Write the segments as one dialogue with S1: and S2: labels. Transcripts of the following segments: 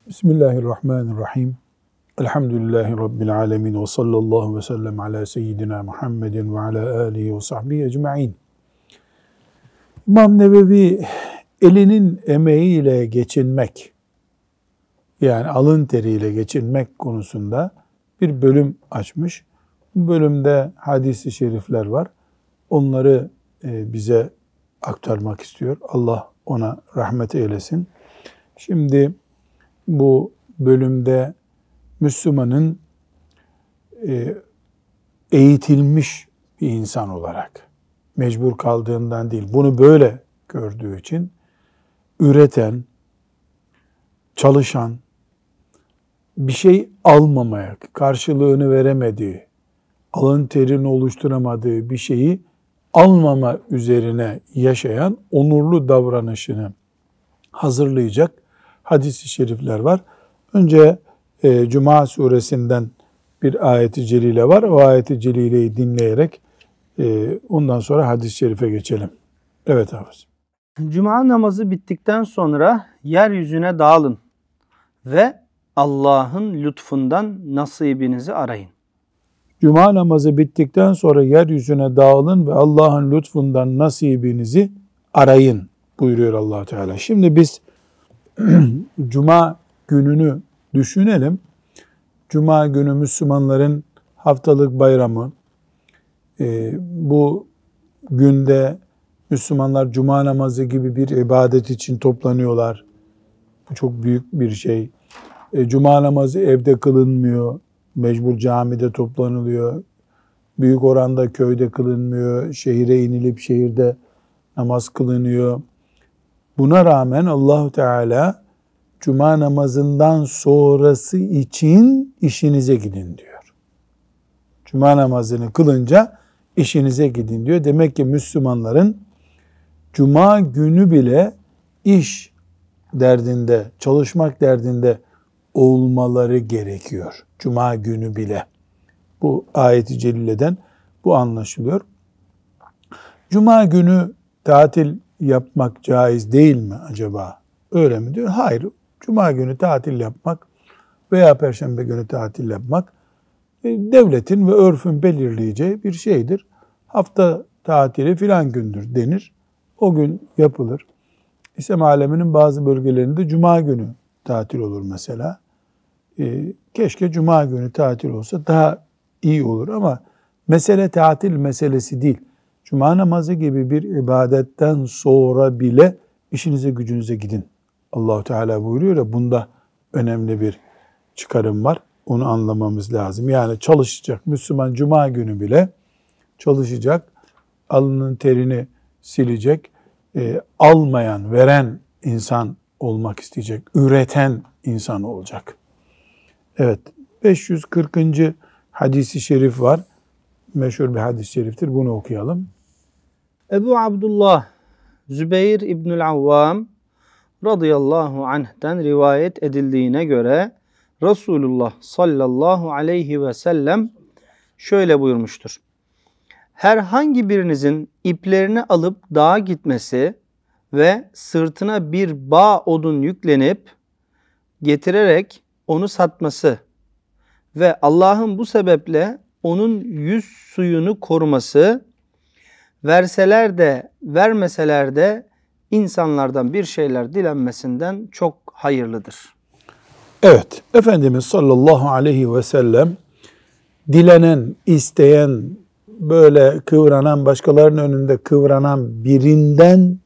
S1: Bismillahirrahmanirrahim. Elhamdülillahi Rabbil alemin ve sallallahu ve sellem ala seyyidina Muhammedin ve ala alihi ve sahbihi ecma'in. İmam Nevevi elinin emeğiyle geçinmek, yani alın teriyle geçinmek konusunda bir bölüm açmış. Bu bölümde hadis-i şerifler var. Onları bize aktarmak istiyor. Allah ona rahmet eylesin. Şimdi bu bölümde Müslümanın eğitilmiş bir insan olarak, mecbur kaldığından değil, bunu böyle gördüğü için üreten, çalışan, bir şey almamaya, karşılığını veremediği, alın terini oluşturamadığı bir şeyi almama üzerine yaşayan onurlu davranışını hazırlayacak hadis-i şerifler var. Önce Cuma suresinden bir ayet-i celile var. O ayet-i celileyi dinleyerek ondan sonra hadis-i şerife geçelim. Evet abi.
S2: Cuma namazı bittikten sonra yeryüzüne dağılın ve Allah'ın lütfundan nasibinizi arayın.
S1: Cuma namazı bittikten sonra yeryüzüne dağılın ve Allah'ın lütfundan nasibinizi arayın buyuruyor Allah Teala. Şimdi biz Cuma gününü düşünelim. Cuma günü Müslümanların haftalık bayramı. Bu günde Müslümanlar Cuma namazı gibi bir ibadet için toplanıyorlar. Bu çok büyük bir şey. Cuma namazı evde kılınmıyor. Mecbur camide toplanılıyor. Büyük oranda köyde kılınmıyor. Şehire inilip şehirde namaz kılınıyor. Buna rağmen Allah Teala Cuma namazından sonrası için işinize gidin diyor. Cuma namazını kılınca işinize gidin diyor. Demek ki Müslümanların Cuma günü bile iş derdinde, çalışmak derdinde olmaları gerekiyor. Cuma günü bile. Bu ayet-i celileden bu anlaşılıyor. Cuma günü tatil yapmak caiz değil mi acaba? Öyle mi diyor? Hayır. Cuma günü tatil yapmak veya Perşembe günü tatil yapmak devletin ve örfün belirleyeceği bir şeydir. Hafta tatili filan gündür denir. O gün yapılır. İslam aleminin bazı bölgelerinde Cuma günü tatil olur mesela. Keşke Cuma günü tatil olsa daha iyi olur ama mesele tatil meselesi değil. Cuma namazı gibi bir ibadetten sonra bile işinize gücünüze gidin. Allah-u Teala buyuruyor ya, bunda önemli bir çıkarım var. Onu anlamamız lazım. Yani çalışacak Müslüman Cuma günü bile çalışacak, alnının terini silecek, almayan, veren insan olmak isteyecek, üreten insan olacak. Evet, 540. hadisi şerif var. Meşhur bir hadis-i şeriftir. Bunu okuyalım.
S2: Ebu Abdullah Zübeyir İbnül Avvam radıyallahu anh'ten rivayet edildiğine göre Resulullah sallallahu aleyhi ve sellem şöyle buyurmuştur. Herhangi birinizin iplerini alıp dağa gitmesi ve sırtına bir bağ odun yüklenip getirerek onu satması ve Allah'ın bu sebeple onun yüz suyunu koruması, verseler de vermeseler de insanlardan bir şeyler dilenmesinden çok hayırlıdır.
S1: Evet, Efendimiz sallallahu aleyhi ve sellem dilenen, isteyen, böyle kıvranan, başkalarının önünde kıvranan birinden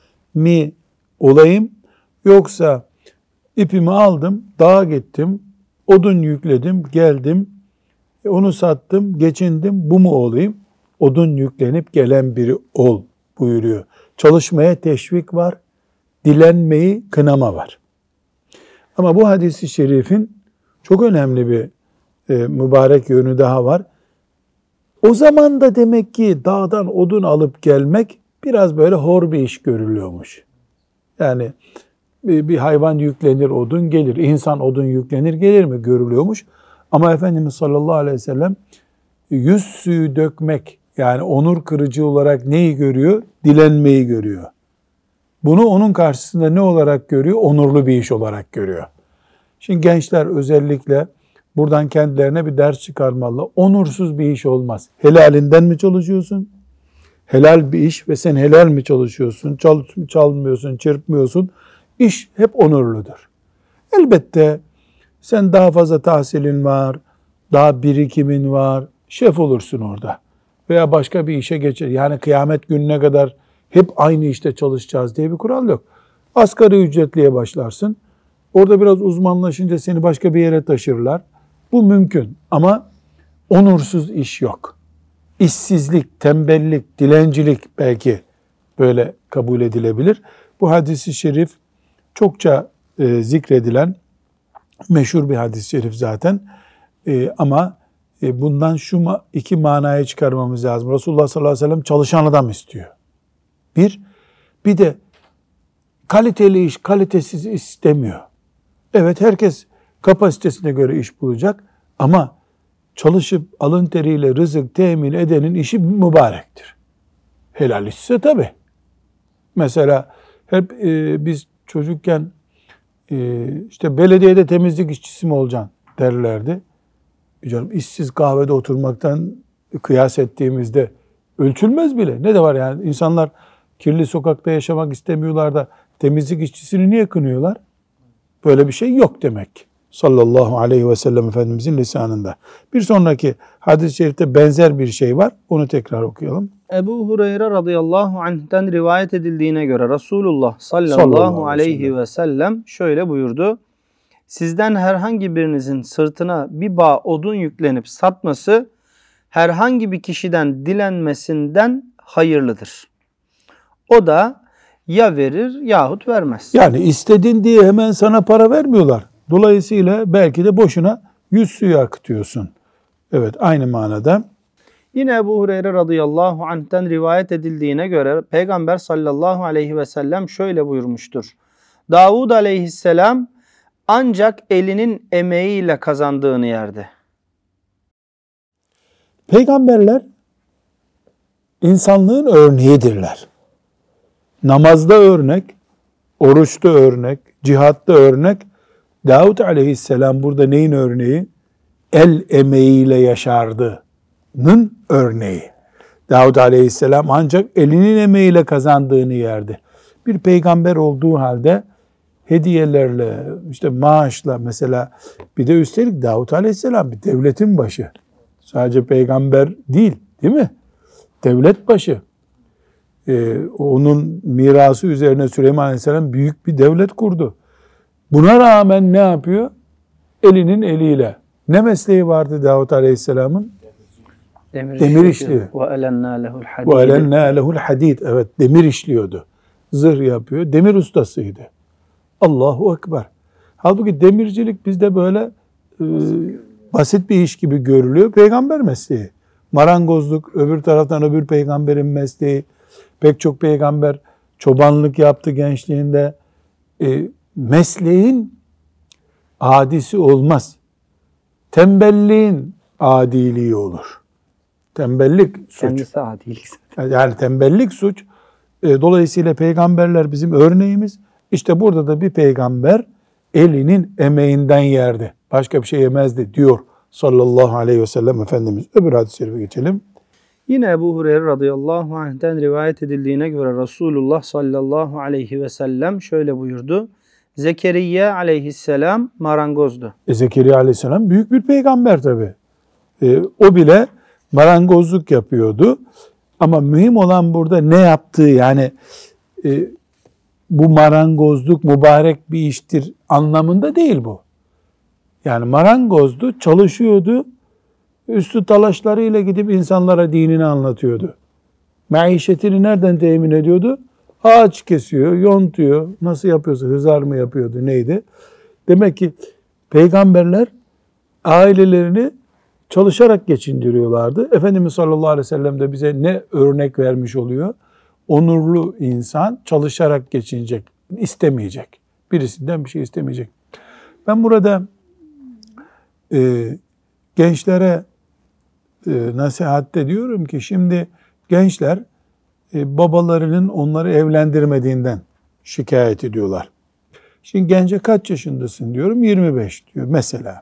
S1: mi olayım, yoksa ipimi aldım, dağa gittim, odun yükledim, geldim, onu sattım, geçindim, bu mu olayım? Odun yüklenip gelen biri ol buyuruyor. Çalışmaya teşvik var, dilenmeyi kınama var. Ama bu hadis-i şerifin çok önemli bir mübarek yönü daha var. O zaman da demek ki dağdan odun alıp gelmek biraz böyle hor bir iş görülüyormuş. Yani bir hayvan yüklenir, odun gelir. İnsan odun yüklenir, gelir mi görülüyormuş. Ama Efendimiz sallallahu aleyhi ve sellem yüz suyu dökmek, yani onur kırıcı olarak neyi görüyor? Dilenmeyi görüyor. Bunu onun karşısında ne olarak görüyor? Onurlu bir iş olarak görüyor. Şimdi gençler özellikle buradan kendilerine bir ders çıkarmalı. Onursuz bir iş olmaz. Helalinden mi çalışıyorsun? Helal bir iş ve sen helal mi çalışıyorsun? Çalmıyorsun, çırpmıyorsun. İş hep onurludur. Elbette sen daha fazla tahsilin var, daha birikimin var. Şef olursun orada. Veya başka bir işe geçer. Yani kıyamet gününe kadar hep aynı işte çalışacağız diye bir kural yok. Asgari ücretliye başlarsın. Orada biraz uzmanlaşınca seni başka bir yere taşırlar. Bu mümkün ama onursuz iş yok. İşsizlik, tembellik, dilencilik belki böyle kabul edilebilir. Bu hadis-i şerif çokça zikredilen meşhur bir hadis-i şerif zaten. Ama bundan şu iki manayı çıkarmamız lazım. Resulullah sallallahu aleyhi ve sellem çalışan adam istiyor. Bir de kaliteli iş, kalitesiz istemiyor. Evet, herkes kapasitesine göre iş bulacak ama çalışıp alın teriyle rızık temin edenin işi mübarektir. Helal işse tabii. Mesela hep biz çocukken işte belediyede temizlik işçisi mi olacaksın derlerdi. Canım, işsiz kahvede oturmaktan kıyas ettiğimizde ölçülmez bile. Ne de var yani, insanlar kirli sokakta yaşamak istemiyorlar da temizlik işçisini niye kınıyorlar? Böyle bir şey yok demek. Sallallahu aleyhi ve sellem Efendimizin lisanında. Bir sonraki hadis-i şerifte benzer bir şey var. Onu tekrar okuyalım.
S2: Ebu Hureyre radıyallahu anh'ten rivayet edildiğine göre Resulullah
S1: Sallallahu
S2: sallallahu
S1: aleyhi ve
S2: aleyhi ve sellem şöyle buyurdu. Sizden herhangi birinizin sırtına bir bağ odun yüklenip satması herhangi bir kişiden dilenmesinden hayırlıdır. O da ya verir yahut vermez.
S1: Yani istedin diye hemen sana para vermiyorlar. Dolayısıyla belki de boşuna yüz suyu akıtıyorsun. Evet, aynı manada.
S2: Yine Ebu Hureyre radıyallahu anh'ten rivayet edildiğine göre Peygamber sallallahu aleyhi ve sellem şöyle buyurmuştur. Davud aleyhisselam ancak elinin emeğiyle kazandığını yerdi.
S1: Peygamberler insanlığın örneğidirler. Namazda örnek, oruçta örnek, cihatta örnek. Davud aleyhisselam burada neyin örneği? El emeğiyle yaşardığının örneği. Davud aleyhisselam ancak elinin emeğiyle kazandığını yerdi. Bir peygamber olduğu halde hediyelerle, işte maaşla mesela, bir de üstelik Davud aleyhisselam bir devletin başı. Sadece peygamber değil mi? Devlet başı. Onun mirası üzerine Süleyman aleyhisselam büyük bir devlet kurdu. Buna rağmen ne yapıyor? Elinin eliyle. Ne mesleği vardı Davud aleyhisselamın? Demir işliyor. وَاَلَنَّا لَهُ الْحَد۪يدِ Evet, demir işliyordu. Zırh yapıyor. Demir ustasıydı. Allahu Ekber. Halbuki demircilik bizde böyle basit bir iş gibi görülüyor. Peygamber mesleği. Marangozluk öbür taraftan öbür peygamberin mesleği. Pek çok peygamber çobanlık yaptı gençliğinde. Mesleğin adisi olmaz. Tembelliğin adiliği olur. Tembellik suç.
S2: Kendisi adilik.
S1: Yani tembellik suç. Dolayısıyla peygamberler bizim örneğimiz. İşte burada da bir peygamber elinin emeğinden yerdi. Başka bir şey yemezdi diyor sallallahu aleyhi ve sellem Efendimiz. Öbür hadis-i şerife geçelim.
S2: Yine Ebu Hureyre radıyallahu anh'ten rivayet edildiğine göre Resulullah sallallahu aleyhi ve sellem şöyle buyurdu. Zekeriya aleyhisselam marangozdu.
S1: Zekeriya aleyhisselam büyük bir peygamber tabi. O bile marangozluk yapıyordu. Ama mühim olan burada ne yaptığı, yani bu marangozluk mübarek bir iştir anlamında değil bu. Yani marangozdu, çalışıyordu, üstü talaşlarıyla gidip insanlara dinini anlatıyordu. Maişetini nereden temin ediyordu? Ağaç kesiyor, yontuyor, nasıl yapıyorsa, hızar mı yapıyordu, neydi? Demek ki peygamberler ailelerini çalışarak geçindiriyorlardı. Efendimiz sallallahu aleyhi ve sellem de bize ne örnek vermiş oluyor? Onurlu insan çalışarak geçinecek, istemeyecek. Birisinden bir şey istemeyecek. Ben burada gençlere nasihatte diyorum ki, şimdi gençler babalarının onları evlendirmediğinden şikayet ediyorlar. Şimdi gence kaç yaşındasın diyorum, 25 diyor mesela.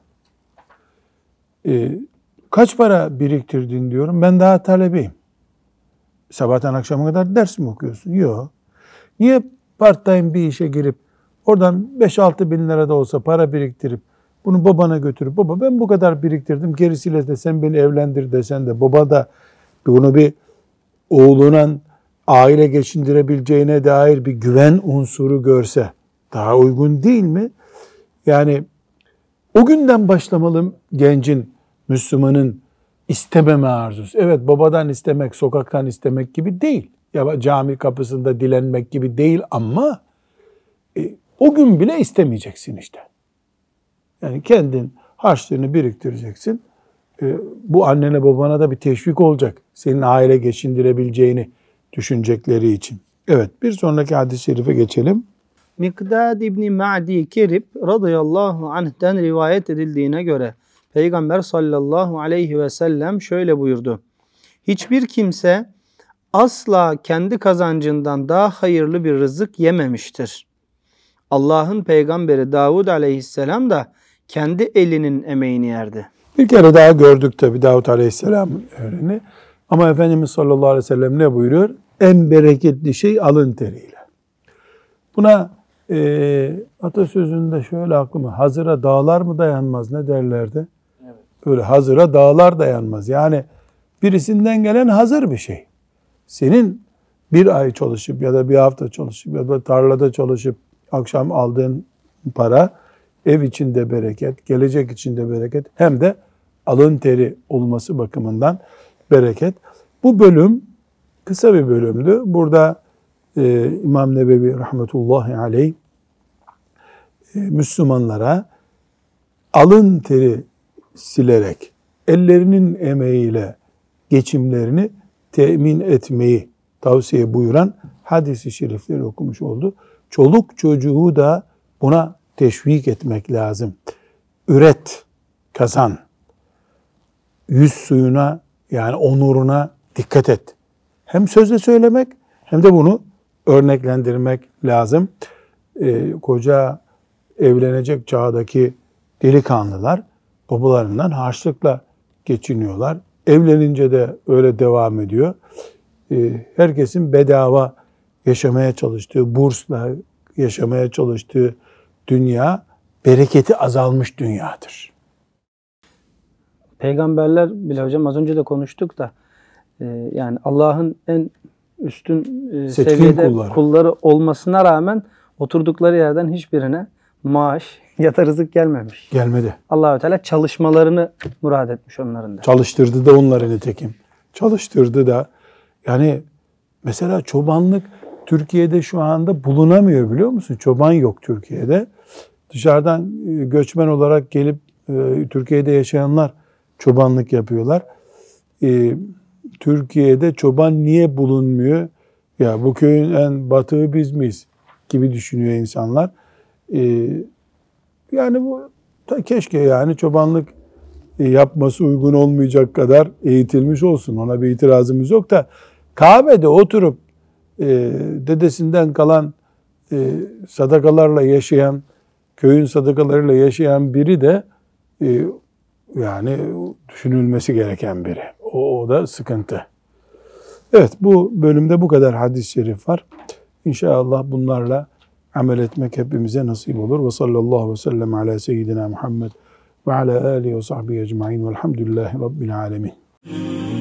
S1: Kaç para biriktirdin diyorum, ben daha talebeyim. Sabahtan akşama kadar ders mi okuyorsun? Yok. Niye part-time bir işe girip oradan 5-6 bin lira da olsa para biriktirip bunu babana götürüp baba ben bu kadar biriktirdim gerisiyle de sen beni evlendir desen de baba da bunu bir oğlunun aile geçindirebileceğine dair bir güven unsuru görse daha uygun değil mi? Yani o günden başlamalı gencin, Müslümanın istememe arzusu. Evet, babadan istemek, sokaktan istemek gibi değil. Ya cami kapısında dilenmek gibi değil ama o gün bile istemeyeceksin işte. Yani kendin harçlığını biriktireceksin. Bu annene babana da bir teşvik olacak. Senin aile geçindirebileceğini düşünecekleri için. Evet, bir sonraki hadis-i şerife geçelim.
S2: Mikdad İbni Ma'di Kirib radıyallahu anh'ten rivayet edildiğine göre Peygamber sallallahu aleyhi ve sellem şöyle buyurdu. Hiçbir kimse asla kendi kazancından daha hayırlı bir rızık yememiştir. Allah'ın peygamberi Davud aleyhisselam da kendi elinin emeğini yerdi.
S1: Bir kere daha gördük tabi Davud aleyhisselamın öğreni. Ama Efendimiz sallallahu aleyhi ve sellem ne buyuruyor? En bereketli şey alın teriyle. Buna atasözünde şöyle aklıma, hazıra dağlar mı dayanmaz ne derlerdi? Evet. Öyle hazıra dağlar dayanmaz. Yani birisinden gelen hazır bir şey. Senin bir ay çalışıp ya da bir hafta çalışıp ya da tarlada çalışıp akşam aldığın para ev içinde bereket, gelecek içinde bereket hem de alın teri olması bakımından bereket. Bu bölüm kısa bir bölümdü. Burada İmam Nebevi rahmetullahi aleyh Müslümanlara alın teri silerek ellerinin emeğiyle geçimlerini temin etmeyi tavsiye buyuran hadis-i şerifleri okumuş oldu. Çoluk çocuğu da buna teşvik etmek lazım. Üret, kazan. Yüz suyuna yani onuruna dikkat et. Hem sözle söylemek hem de bunu örneklendirmek lazım. Koca evlenecek çağdaki delikanlılar babalarından harçlıkla geçiniyorlar. Evlenince de öyle devam ediyor. Herkesin bedava yaşamaya çalıştığı, bursla yaşamaya çalıştığı dünya bereketi azalmış dünyadır.
S2: Peygamberler bile hocam az önce de konuştuk da yani Allah'ın en üstün seviyede kulları olmasına rağmen oturdukları yerden hiçbirine maaş ya da rızık gelmemiş.
S1: Gelmedi.
S2: Allah-u Teala çalışmalarını murad etmiş onların da.
S1: Çalıştırdı da onları nitekim. Çalıştırdı da yani mesela çobanlık Türkiye'de şu anda bulunamıyor biliyor musun? Çoban yok Türkiye'de. Dışarıdan göçmen olarak gelip Türkiye'de yaşayanlar çobanlık yapıyorlar. Türkiye'de çoban niye bulunmuyor? Ya bu köyün en batığı biz miyiz? Gibi düşünüyor insanlar. Yani bu keşke yani çobanlık yapması uygun olmayacak kadar eğitilmiş olsun. Ona bir itirazımız yok da Kabe'de oturup dedesinden kalan sadakalarla yaşayan, köyün sadakalarıyla yaşayan biri de yani düşünülmesi gereken biri. O da sıkıntı. Evet, bu bölümde bu kadar hadis-i şerif var. İnşallah bunlarla amel etmek hepimize nasip olur. Ve sallallahu aleyhi ve sellem ala seyyidina Muhammed ve ala alihi ve sahbihi ecma'in velhamdülillahi rabbil alemin.